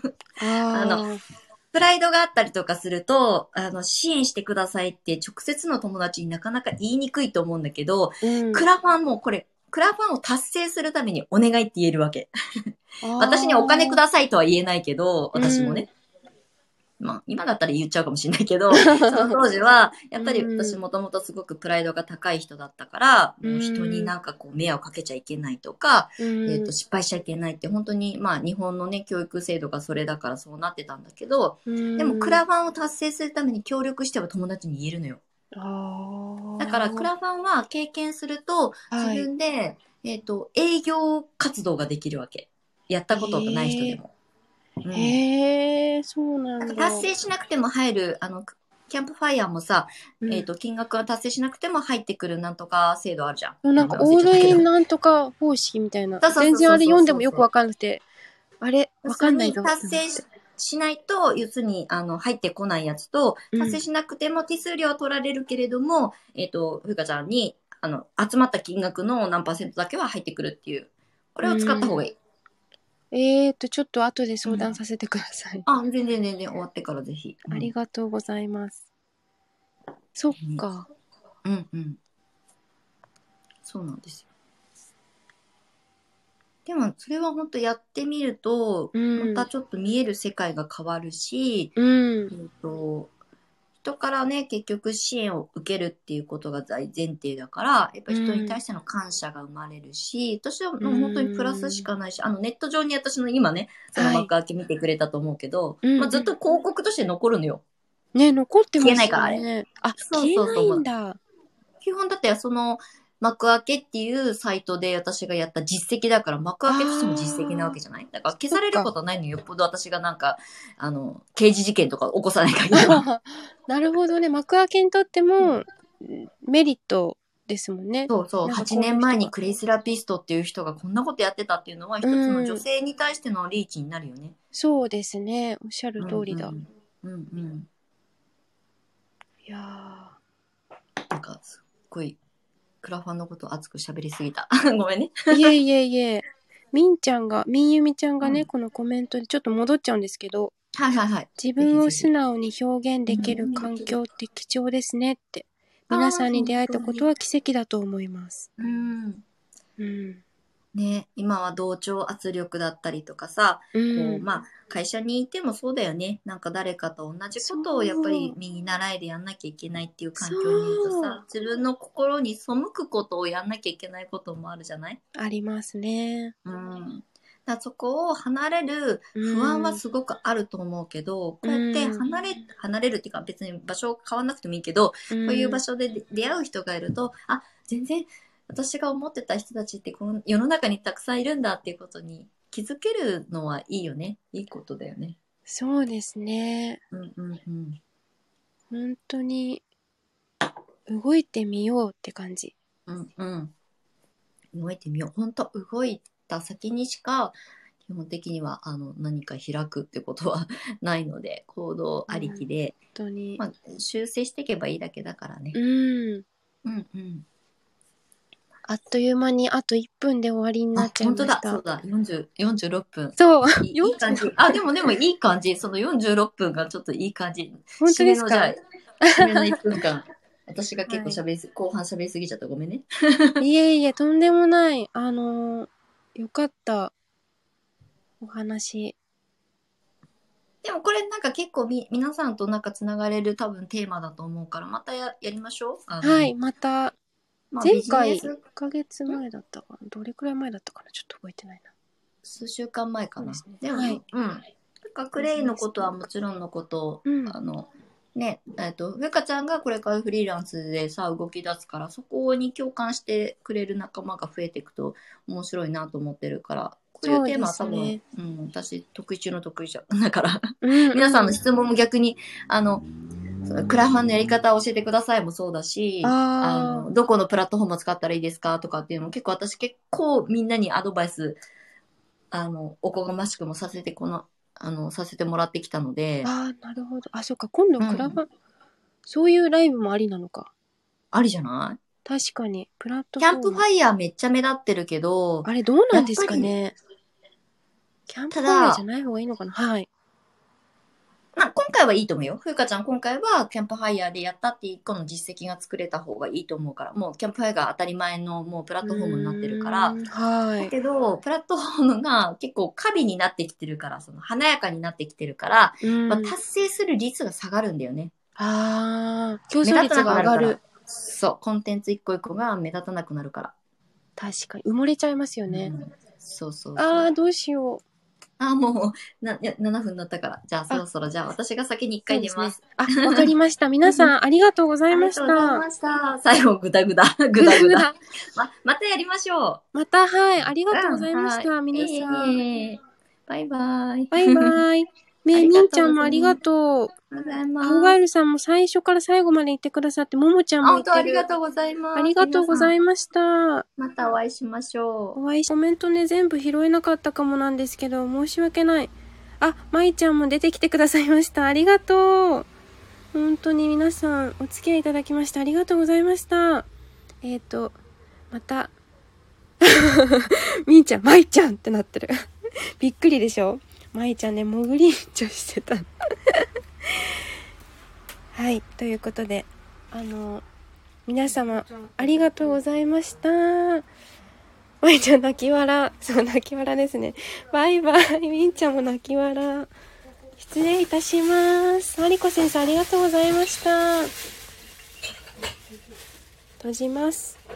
プライドがあったりとかすると、支援してくださいって直接の友達になかなか言いにくいと思うんだけど、クラファンもクラファンを達成するためにお願いって言えるわけ。私にお金くださいとは言えないけど、私もね。まあ、今だったら言っちゃうかもしれないけど、その当時は、やっぱり私もともとすごくプライドが高い人だったから、もう人になんかこう迷惑かけちゃいけないとか、失敗しちゃいけないって本当に、まあ日本のね、教育制度がそれだからそうなってたんだけど、でもクラファンを達成するために協力しては友達に言えるのよ。だからクラファンは経験すると、自分で、営業活動ができるわけ。やったことがない人でも。 へえ、そうなんだ。 達成しなくても入る、キャンプファイヤーもさ、金額が達成しなくても入ってくるなんとか制度あるじゃん。 なんか、オールインなんとか方式みたいな。全然あれ読んでもよくわかんなくて、あれ、わかんないぞ。 達成しないと、要するに、入ってこないやつと、達成しなくても手数料は取られるけれども、ふうかちゃんに、集まった金額の何%だけは入ってくるっていう。これを使った方がいい。 ちょっと後で相談させてください。 全然終わってからぜひ。 ありがとうございます。そっか。 そうなんですよ。でも、それは本当やってみると、またちょっと見える世界が変わるし、人からね、結局支援を受けるっていうことが大前提だから、やっぱり人に対しての感謝が生まれるし、私はもう本当にプラスしかないし、ネット上に私の今ね、その幕開け見てくれたと思うけど、まあ、ずっと広告として残るのよ。 ね、残ってますね。 消えないから、あれ。 消えないんだ。 基本だって幕開けっていうサイトで私がやった実績だから、幕開けとしても実績なわけじゃない？だから消されることはないのよ。よっぽど私がなんか、刑事事件とか起こさない限りは。 なるほどね。幕開けにとってもメリットですもんね。 そう。8年前にクレイセラピストっていう人がこんなことやってたっていうのは、一つの女性に対してのリーチになるよね。 そうですね。おっしゃる通りだ。いやー。 なんか、すっごい、クラファンのこと熱く喋りすぎた。ごめんね。 いえ。みんゆみちゃんがね、このコメントでちょっと戻っちゃうんですけど、自分を素直に表現できる環境って貴重ですねって。皆さんに出会えたことは奇跡だと思います。 ね、今は同調圧力だったりとかさ、まあ、会社にいてもそうだよね。なんか誰かと同じことをやっぱり右習いでやんなきゃいけないっていう環境にいるとさ、自分の心に背くことをやんなきゃいけないこともあるじゃない？ ありますね。 だそこを離れる不安はすごくあると思うけど、こうやって離れるっていうか別に場所変わんなくてもいいけど、こういう場所で出会う人がいると、全然私が思ってた人たちってこの世の中にたくさんいるんだっていうことに気づけるのはいいよね。いいことだよね。 そうですね。本当に動いてみようって感じ。 動いてみよう。本当動いた先にしか基本的には何か開くってことはないので、行動ありきで、 本当に、 まあ、修正していけばいいだけだからね。 あっという間にあと1分で終わりになっちゃいました。 本当だ、そうだ、46分。 そう。 いい感じ。でもいい感じ。その46分がちょっといい感じ。 本当ですか？ 締めの1分間。私が結構後半喋りすぎちゃった。ごめんね。 いえ、とんでもない。よかった。お話。 でもこれなんか結構皆さんとなんかつながれる多分テーマだと思うから、またやりましょう。 はい、また。前回1ヶ月前だったかな。どれくらい前だったかな。ちょっと覚えてないな。 数週間前かな。でも、 はい。 なんかクレイのことはもちろんのこと、ね、ふかちゃんがこれからフリーランスでさ、動き出すから、そこに共感してくれる仲間が増えていくと面白いなと思ってるから、こういうテーマは多分、私得意中の得意じゃん。だから、皆さんの質問も逆に、クラファンのやり方を教えてくださいもそうだし、どこのプラットフォームを使ったらいいですかとかっていうのも私結構みんなにアドバイス、おこがましくもさせてもらってきたので。 なるほど。そっか、今度クラファン、 そういうライブもありなのか。 ありじゃない？ 確かに。プラットキフォーム。 ャンプファイヤーめっちゃ目立ってるけど、 あれどうなんですかね。キャンプたファイヤーじゃだ、 ない方がいいのかな。はい。 まあ、今回はいいと思うよ。ふうかちゃん今回はキャンプファイヤーでやったって一個の実績が作れた方がいいと思うから、もうキャンプファイヤーが当たり前のもうプラットフォームになってるから、だはい。 けど、プラットフォームが結構過敏になってきてるから、その華やかになってきてるから、まあ、達成する率が下がるんだよね。 競争率目立たなくなるから。 が上がる。 そう、コンテンツ一個一個が目立たなくなるから。 確かに。埋もれちゃいますよね。 そうそうそう。 どうしよう。 もう、7分になったから。じゃあ、そろそろ、じゃあ、私が先に一回出ます。 わかりました。皆さん、ありがとうございました。 ありがとうございました。最後、ぐだぐだ、ぐだぐだ。またやりましょまた、はい、ありう。 がとうございました。皆さん。 バイバイ。 バイバイ。みんちゃんもありがとう。 ありがとうございます。 青ガエルさんも最初から最後まで言ってくださって、ももちゃんも言ってる。 ありがとうございます。 ありがとうございました。 またお会いしましょう。 コメントね、全部拾えなかったかもなんですけど、申し訳ない。まいちゃんも出てきてくださいました。ありがとう。本当に皆さん、お付き合いいただきましてありがとうございました。また、みーちゃん、まいちゃんってなってる。びっくりでしょ？まいちゃんね、潜りんちょしてた。はい、ということで、皆様、ありがとうございました。まいちゃん泣き笑。そう、泣き笑ですね。バイバイ。みんちゃんも泣き笑。失礼いたします。マリコ先生、ありがとうございました。閉じます。